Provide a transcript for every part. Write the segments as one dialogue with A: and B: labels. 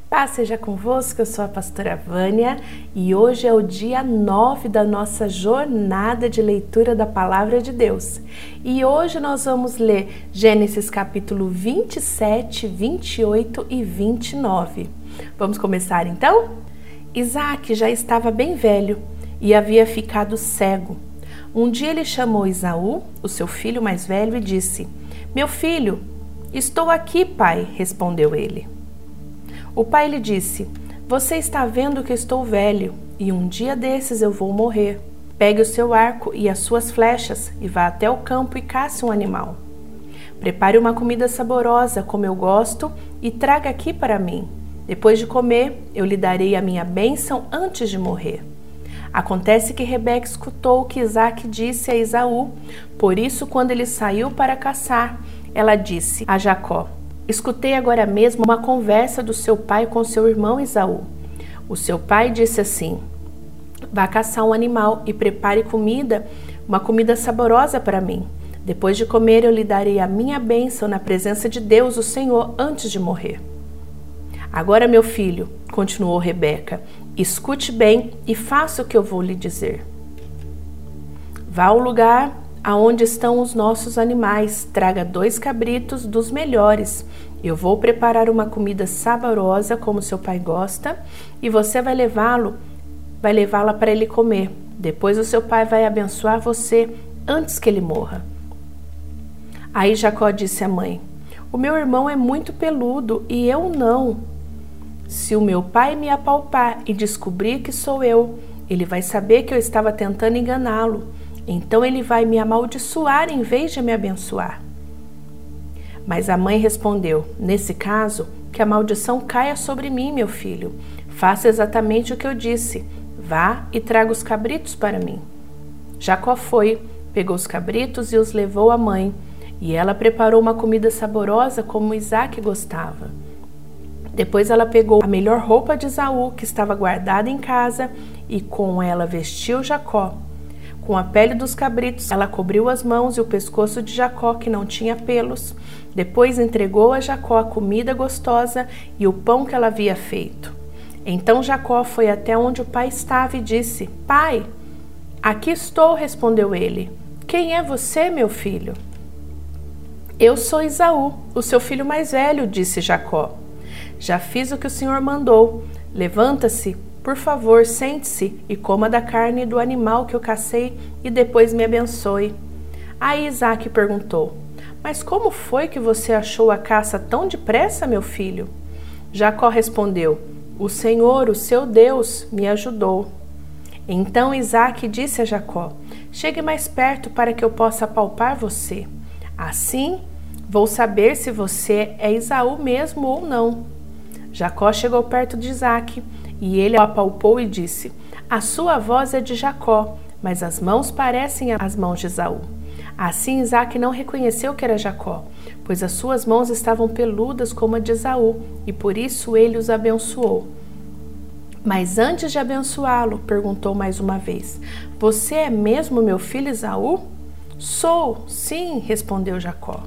A: Paz seja convosco, eu sou a pastora Vânia e hoje é o dia 9 da nossa jornada de leitura da Palavra de Deus. E hoje nós vamos ler Gênesis capítulo 27, 28 e 29. Vamos começar então? Isaac já estava bem velho e havia ficado cego. Um dia ele chamou Esaú, o seu filho mais velho, e disse: "Meu filho, estou aqui, pai", respondeu ele. O pai lhe disse: "Você está vendo que estou velho e um dia desses eu vou morrer. Pegue o seu arco e as suas flechas e vá até o campo e caça um animal. Prepare uma comida saborosa como eu gosto e traga aqui para mim. Depois de comer, eu lhe darei a minha bênção antes de morrer." Acontece que Rebeca escutou o que Isaac disse a Esaú, por isso, quando ele saiu para caçar, ela disse a Jacó: "Escutei agora mesmo uma conversa do seu pai com seu irmão Esaú. O seu pai disse assim: vá caçar um animal e prepare uma comida saborosa para mim. Depois de comer, eu lhe darei a minha bênção na presença de Deus, o Senhor, antes de morrer. Agora, meu filho", continuou Rebeca, "escute bem e faça o que eu vou lhe dizer. Vá ao lugar aonde estão os nossos animais, traga 2 cabritos dos melhores. Eu vou preparar uma comida saborosa como seu pai gosta e você vai levá-la para ele comer. Depois o seu pai vai abençoar você antes que ele morra." Aí Jacó disse à mãe: "O meu irmão é muito peludo e eu não. Se o meu pai me apalpar e descobrir que sou eu, ele vai saber que eu estava tentando enganá-lo. Então ele vai me amaldiçoar em vez de me abençoar." Mas a mãe respondeu: "Nesse caso, que a maldição caia sobre mim, meu filho. Faça exatamente o que eu disse. Vá e traga os cabritos para mim." Jacó foi, pegou os cabritos e os levou à mãe, e ela preparou uma comida saborosa como Isaac gostava. Depois ela pegou a melhor roupa de Esaú, que estava guardada em casa, e com ela vestiu Jacó. Com a pele dos cabritos, ela cobriu as mãos e o pescoço de Jacó, que não tinha pelos. Depois entregou a Jacó a comida gostosa e o pão que ela havia feito. Então Jacó foi até onde o pai estava e disse: "Pai." "Aqui estou", respondeu ele. "Quem é você, meu filho?" "Eu sou Esaú, o seu filho mais velho", disse Jacó. "Já fiz o que o senhor mandou. Levanta-se, por favor, sente-se e coma da carne do animal que eu cacei e depois me abençoe." Aí Isaac perguntou: "Mas como foi que você achou a caça tão depressa, meu filho?" Jacó respondeu: "O Senhor, o seu Deus, me ajudou." Então Isaac disse a Jacó: "Chegue mais perto para que eu possa apalpar você. Assim, vou saber se você é Esaú mesmo ou não." Jacó chegou perto de Isaac e ele o apalpou e disse: "A sua voz é de Jacó, mas as mãos parecem as mãos de Esaú." Assim Isaac não reconheceu que era Jacó, pois as suas mãos estavam peludas como a de Esaú, e por isso ele os abençoou. Mas antes de abençoá-lo, perguntou mais uma vez: "Você é mesmo meu filho Esaú?" "Sou, sim", respondeu Jacó.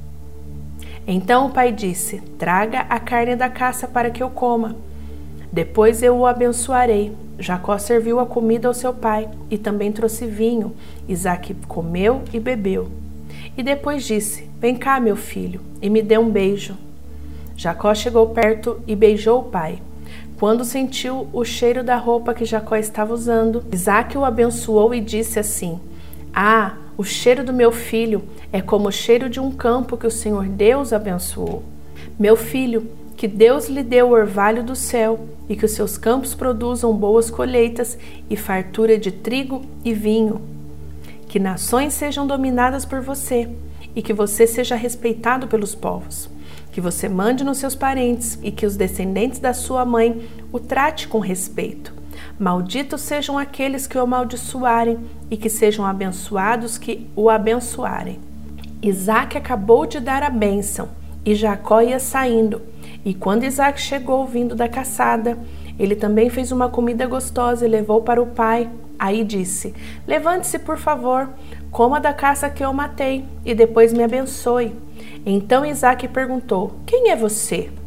A: Então o pai disse: "Traga a carne da caça para que eu coma. Depois eu o abençoarei." Jacó serviu a comida ao seu pai e também trouxe vinho. Isaac comeu e bebeu. E depois disse: "Vem cá, meu filho, e me dê um beijo." Jacó chegou perto e beijou o pai. Quando sentiu o cheiro da roupa que Jacó estava usando, Isaac o abençoou e disse assim: "Ah, o cheiro do meu filho é como o cheiro de um campo que o Senhor Deus abençoou. Meu filho, que Deus lhe dê o orvalho do céu e que os seus campos produzam boas colheitas e fartura de trigo e vinho. Que nações sejam dominadas por você e que você seja respeitado pelos povos. Que você mande nos seus parentes e que os descendentes da sua mãe o trate com respeito. Malditos sejam aqueles que o amaldiçoarem e que sejam abençoados que o abençoarem." Isaac acabou de dar a bênção e Jacó ia saindo. E quando Isaac chegou vindo da caçada, ele também fez uma comida gostosa e levou para o pai. Aí disse: "Levante-se, por favor, coma da caça que eu matei e depois me abençoe." Então Isaac perguntou: "Quem é você?"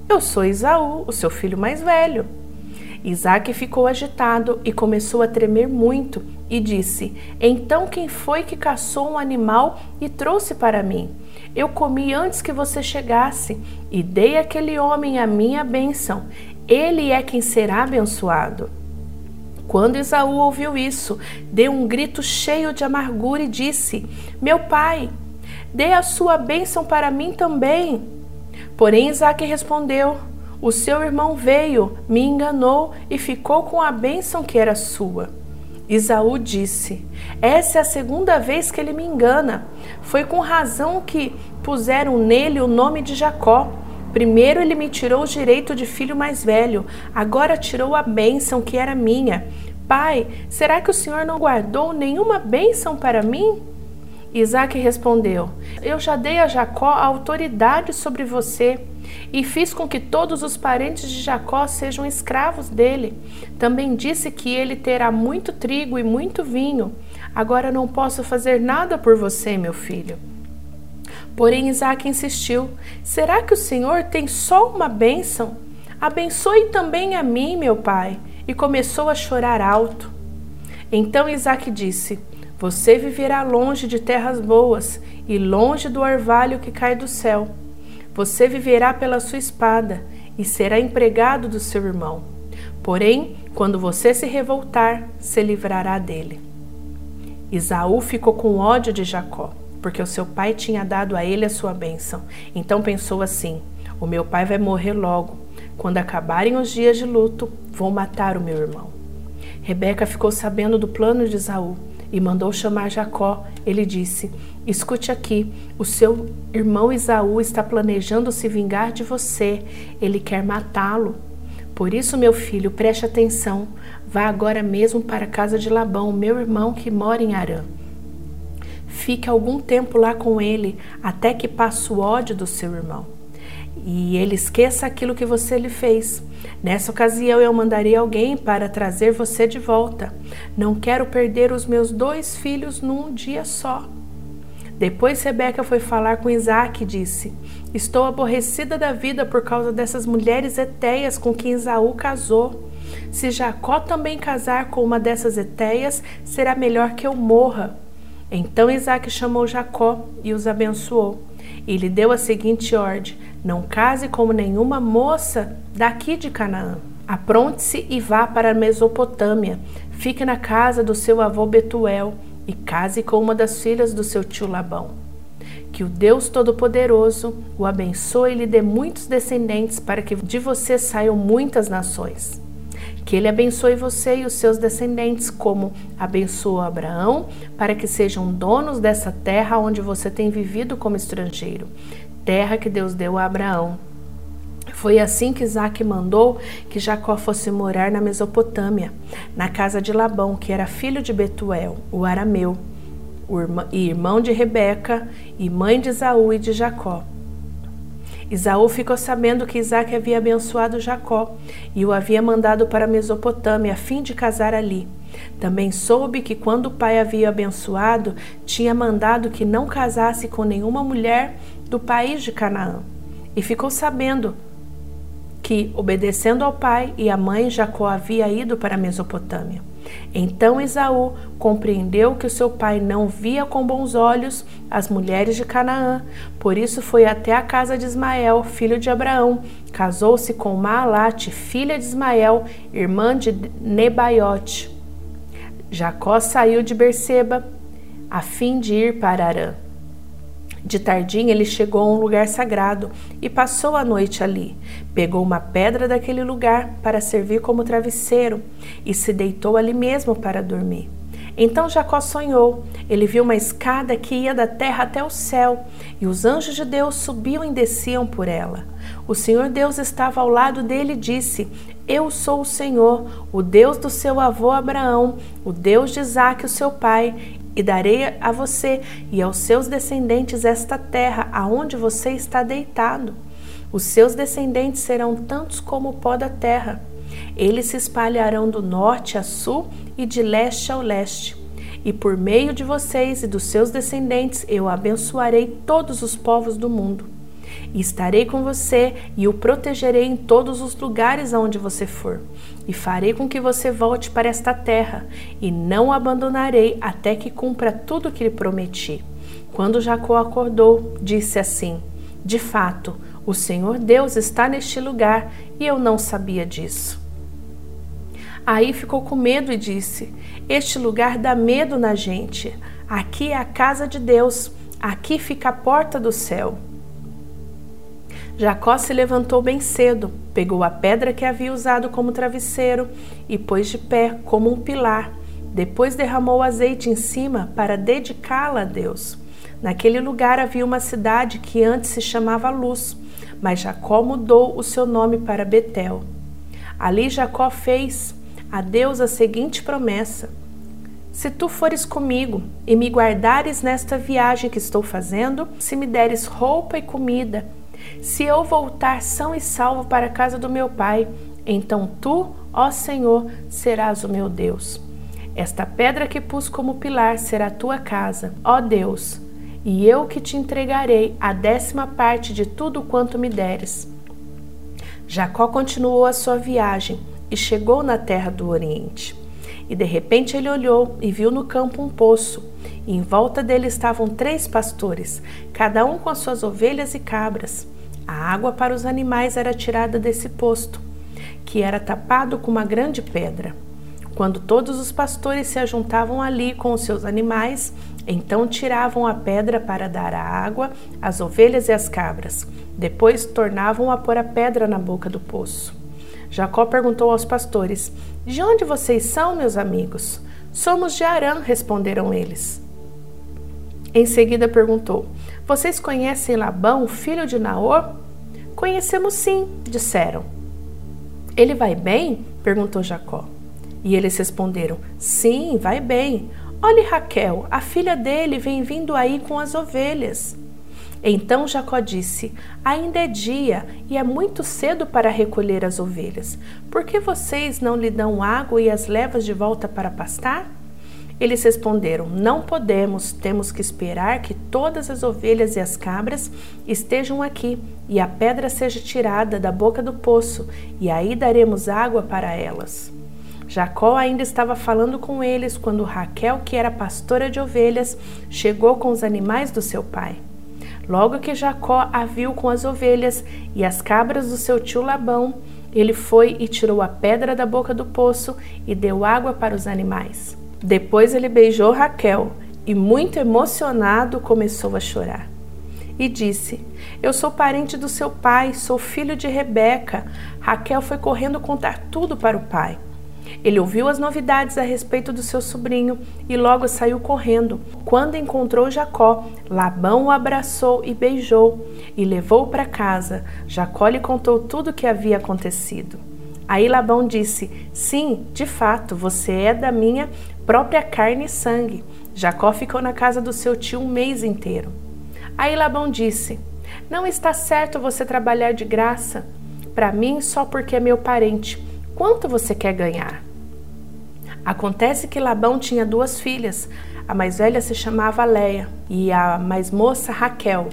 A: Eu sou Esaú, o seu filho mais velho. Isaque ficou agitado e começou a tremer muito e disse: Então quem foi que caçou um animal e trouxe para mim? Eu comi antes que você chegasse e dei àquele homem a minha bênção. Ele é quem será abençoado. Quando Esaú ouviu isso, deu um grito cheio de amargura e disse: Meu pai, dê a sua bênção para mim também. Porém Isaque respondeu: O seu irmão veio, me enganou e ficou com a bênção que era sua. Esaú disse: Essa é a segunda vez que ele me engana. Foi com razão que puseram nele o nome de Jacó. Primeiro ele me tirou o direito de filho mais velho, agora tirou a bênção que era minha. Pai, será que o Senhor não guardou nenhuma bênção para mim? Isaque respondeu: Eu já dei a Jacó a autoridade sobre você e fiz com que todos os parentes de Jacó sejam escravos dele. Também disse que ele terá muito trigo e muito vinho. Agora não posso fazer nada por você, meu filho. Porém Isaque insistiu: Será que o Senhor tem só uma bênção? Abençoe também a mim, meu pai. E começou a chorar alto. Então Isaque disse: Você viverá longe de terras boas e longe do orvalho que cai do céu. Você viverá pela sua espada e será empregado do seu irmão. Porém, quando você se revoltar, se livrará dele. Esaú ficou com ódio de Jacó, porque o seu pai tinha dado a ele a sua bênção. Então pensou assim: o meu pai vai morrer logo. Quando acabarem os dias de luto, vou matar o meu irmão. Rebeca ficou sabendo do plano de Esaú e mandou chamar Jacó. Ele disse: Escute aqui, o seu irmão Esaú está planejando se vingar de você. Ele quer matá-lo. Por isso, meu filho, preste atenção. Vá agora mesmo para a casa de Labão, meu irmão que mora em Harã. Fique algum tempo lá com ele, até que passe o ódio do seu irmão e ele esqueça aquilo que você lhe fez. Nessa ocasião eu mandarei alguém para trazer você de volta. Não quero perder os meus 2 filhos num dia só. Depois Rebeca foi falar com Isaque e disse: Estou aborrecida da vida por causa dessas mulheres hetéias com quem Esaú casou. Se Jacó também casar com uma dessas hetéias, será melhor que eu morra. Então Isaque chamou Jacó e os abençoou. E lhe deu a seguinte ordem: Não case com nenhuma moça daqui de Canaã. Apronte-se e vá para a Mesopotâmia. Fique na casa do seu avô Betuel e case com uma das filhas do seu tio Labão. Que o Deus Todo-Poderoso o abençoe e lhe dê muitos descendentes, para que de você saiam muitas nações. Que ele abençoe você e os seus descendentes, como abençoou Abraão, para que sejam donos dessa terra onde você tem vivido como estrangeiro, terra que Deus deu a Abraão. Foi assim que Isaque mandou que Jacó fosse morar na Mesopotâmia, na casa de Labão, que era filho de Betuel, o arameu, e irmão de Rebeca, e mãe de Esaú e de Jacó. Esaú ficou sabendo que Isaque havia abençoado Jacó e o havia mandado para a Mesopotâmia a fim de casar ali. Também soube que quando o pai havia abençoado, tinha mandado que não casasse com nenhuma mulher do país de Canaã. E ficou sabendo que, obedecendo ao pai e à mãe, Jacó havia ido para a Mesopotâmia. Então Esaú compreendeu que o seu pai não via com bons olhos as mulheres de Canaã, por isso foi até a casa de Ismael, filho de Abraão, casou-se com Maalate, filha de Ismael, irmã de Nebaiote. Jacó saiu de Berseba a fim de ir para Harã. De tardinha ele chegou a um lugar sagrado e passou a noite ali. Pegou uma pedra daquele lugar para servir como travesseiro e se deitou ali mesmo para dormir. Então Jacó sonhou. Ele viu uma escada que ia da terra até o céu e os anjos de Deus subiam e desciam por ela. O Senhor Deus estava ao lado dele e disse: Eu sou o Senhor, o Deus do seu avô Abraão, o Deus de Isaque, o seu pai, e darei a você e aos seus descendentes esta terra aonde você está deitado. Os seus descendentes serão tantos como o pó da terra. Eles se espalharão do norte a sul e de leste ao leste. E por meio de vocês e dos seus descendentes eu abençoarei todos os povos do mundo. E estarei com você e o protegerei em todos os lugares aonde você for. E farei com que você volte para esta terra, e não o abandonarei até que cumpra tudo o que lhe prometi. Quando Jacó acordou, disse assim: de fato, o Senhor Deus está neste lugar, e eu não sabia disso. Aí ficou com medo e disse: este lugar dá medo na gente. Aqui é a casa de Deus, aqui fica a porta do céu. Jacó se levantou bem cedo, pegou a pedra que havia usado como travesseiro e pôs de pé como um pilar. Depois derramou azeite em cima para dedicá-la a Deus. Naquele lugar havia uma cidade que antes se chamava Luz, mas Jacó mudou o seu nome para Betel. Ali Jacó fez a Deus a seguinte promessa: se tu fores comigo e me guardares nesta viagem que estou fazendo, se me deres roupa e comida, se eu voltar são e salvo para a casa do meu pai, então tu, ó Senhor, serás o meu Deus. Esta pedra que pus como pilar será a tua casa, ó Deus, e eu que te entregarei a 10ª parte de tudo quanto me deres. Jacó continuou a sua viagem e chegou na terra do Oriente. E de repente ele olhou e viu no campo um poço, e em volta dele estavam 3 pastores, cada um com as suas ovelhas e cabras. A água para os animais era tirada desse poço, que era tapado com uma grande pedra. Quando todos os pastores se ajuntavam ali com os seus animais, então tiravam a pedra para dar a água às ovelhas e às cabras. Depois tornavam a pôr a pedra na boca do poço. Jacó perguntou aos pastores: de onde vocês são, meus amigos? Somos de Harã, responderam eles. Em seguida perguntou: vocês conhecem Labão, filho de Naor? Conhecemos sim, disseram. Ele vai bem? Perguntou Jacó. E eles responderam: sim, vai bem. Olhe Raquel, a filha dele vem vindo aí com as ovelhas. Então Jacó disse: ainda é dia e é muito cedo para recolher as ovelhas. Por que vocês não lhe dão água e as levas de volta para pastar? Eles responderam: não podemos, temos que esperar que todas as ovelhas e as cabras estejam aqui e a pedra seja tirada da boca do poço, e aí daremos água para elas. Jacó ainda estava falando com eles quando Raquel, que era pastora de ovelhas, chegou com os animais do seu pai. Logo que Jacó a viu com as ovelhas e as cabras do seu tio Labão, ele foi e tirou a pedra da boca do poço e deu água para os animais. Depois ele beijou Raquel e, muito emocionado, começou a chorar. E disse: eu sou parente do seu pai, sou filho de Rebeca. Raquel foi correndo contar tudo para o pai. Ele ouviu as novidades a respeito do seu sobrinho e logo saiu correndo. Quando encontrou Jacó, Labão o abraçou e beijou e levou-o para casa. Jacó lhe contou tudo o que havia acontecido. Aí Labão disse: sim, de fato, você é da minha própria carne e sangue. Jacó ficou na casa do seu tio um mês inteiro. Aí Labão disse: não está certo você trabalhar de graça para mim só porque é meu parente. Quanto você quer ganhar? Acontece que Labão tinha 2 filhas. A mais velha se chamava Leia e a mais moça Raquel.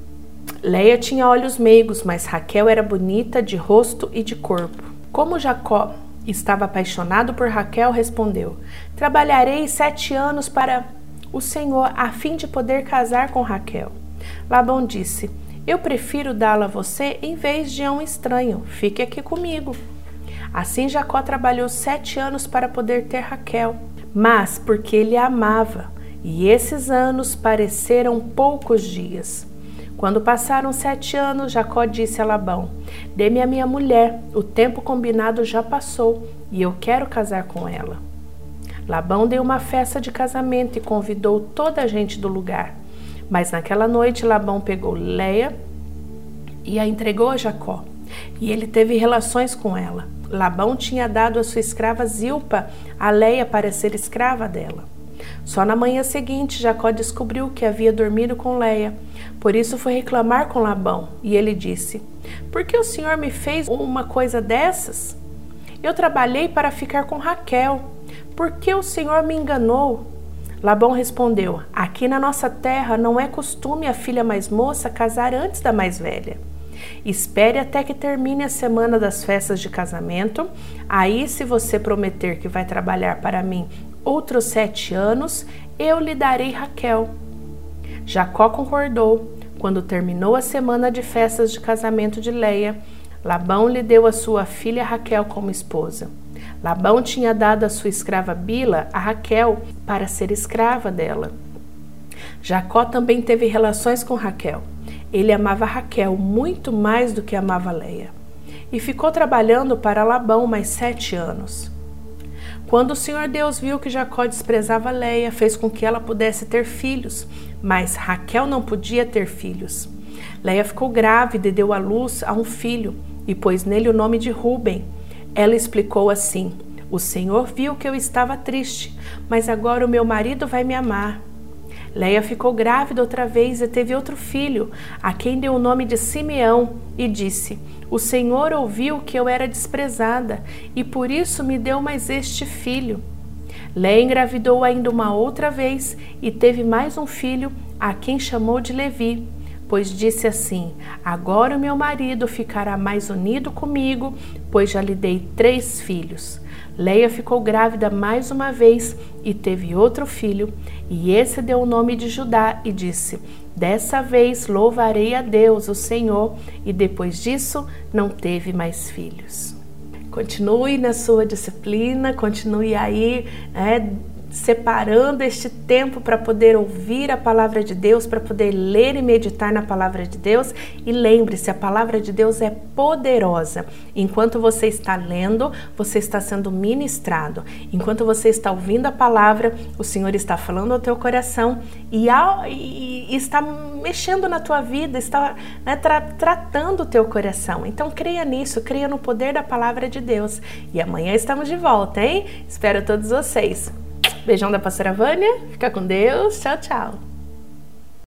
A: Leia tinha olhos meigos, mas Raquel era bonita de rosto e de corpo. Como Jacó estava apaixonado por Raquel, respondeu: trabalharei 7 anos para o Senhor a fim de poder casar com Raquel. Labão disse: eu prefiro dá-la a você em vez de a um estranho. Fique aqui comigo. Assim Jacó trabalhou 7 anos para poder ter Raquel, mas porque ele a amava, e esses anos pareceram poucos dias. Quando passaram 7 anos, Jacó disse a Labão: dê-me a minha mulher, o tempo combinado já passou, e eu quero casar com ela. Labão deu uma festa de casamento e convidou toda a gente do lugar. Mas naquela noite Labão pegou Leia e a entregou a Jacó, e ele teve relações com ela. Labão tinha dado a sua escrava Zilpa a Leia para ser escrava dela. Só na manhã seguinte, Jacó descobriu que havia dormido com Leia. Por isso foi reclamar com Labão, e ele disse: por que o senhor me fez uma coisa dessas? Eu trabalhei para ficar com Raquel. Por que o senhor me enganou? Labão respondeu: aqui na nossa terra não é costume a filha mais moça casar antes da mais velha. Espere até que termine a semana das festas de casamento. Aí, se você prometer que vai trabalhar para mim outros 7 anos, eu lhe darei Raquel. Jacó concordou. Quando terminou a semana de festas de casamento de Leia, Labão lhe deu a sua filha Raquel como esposa. Labão tinha dado a sua escrava Bila a Raquel para ser escrava dela. Jacó também teve relações com Raquel. Ele amava Raquel muito mais do que amava Leia. E ficou trabalhando para Labão mais 7 anos. Quando o Senhor Deus viu que Jacó desprezava Leia, fez com que ela pudesse ter filhos, mas Raquel não podia ter filhos. Leia ficou grávida e deu à luz a um filho, e pôs nele o nome de Ruben. Ela explicou assim: o Senhor viu que eu estava triste, mas agora o meu marido vai me amar. Leia ficou grávida outra vez e teve outro filho, a quem deu o nome de Simeão, e disse: o Senhor ouviu que eu era desprezada, e por isso me deu mais este filho. Leia engravidou ainda uma outra vez e teve mais um filho, a quem chamou de Levi, pois disse assim: agora o meu marido ficará mais unido comigo, pois já lhe dei 3 filhos. Leia ficou grávida mais uma vez e teve outro filho, e esse deu o nome de Judá e disse: dessa vez louvarei a Deus, o Senhor, e depois disso não teve mais filhos. Continue na sua disciplina, continue aí, separando este tempo para poder ouvir a palavra de Deus, para poder ler e meditar na palavra de Deus. E lembre-se, a palavra de Deus é poderosa. Enquanto você está lendo, você está sendo ministrado. Enquanto você está ouvindo a palavra, o Senhor está falando ao teu coração e está mexendo na tua vida, está tratando o teu coração. Então creia nisso, creia no poder da palavra de Deus. E amanhã estamos de volta, hein? Espero todos vocês. Beijão da pastora Vânia, fica com Deus, tchau, tchau.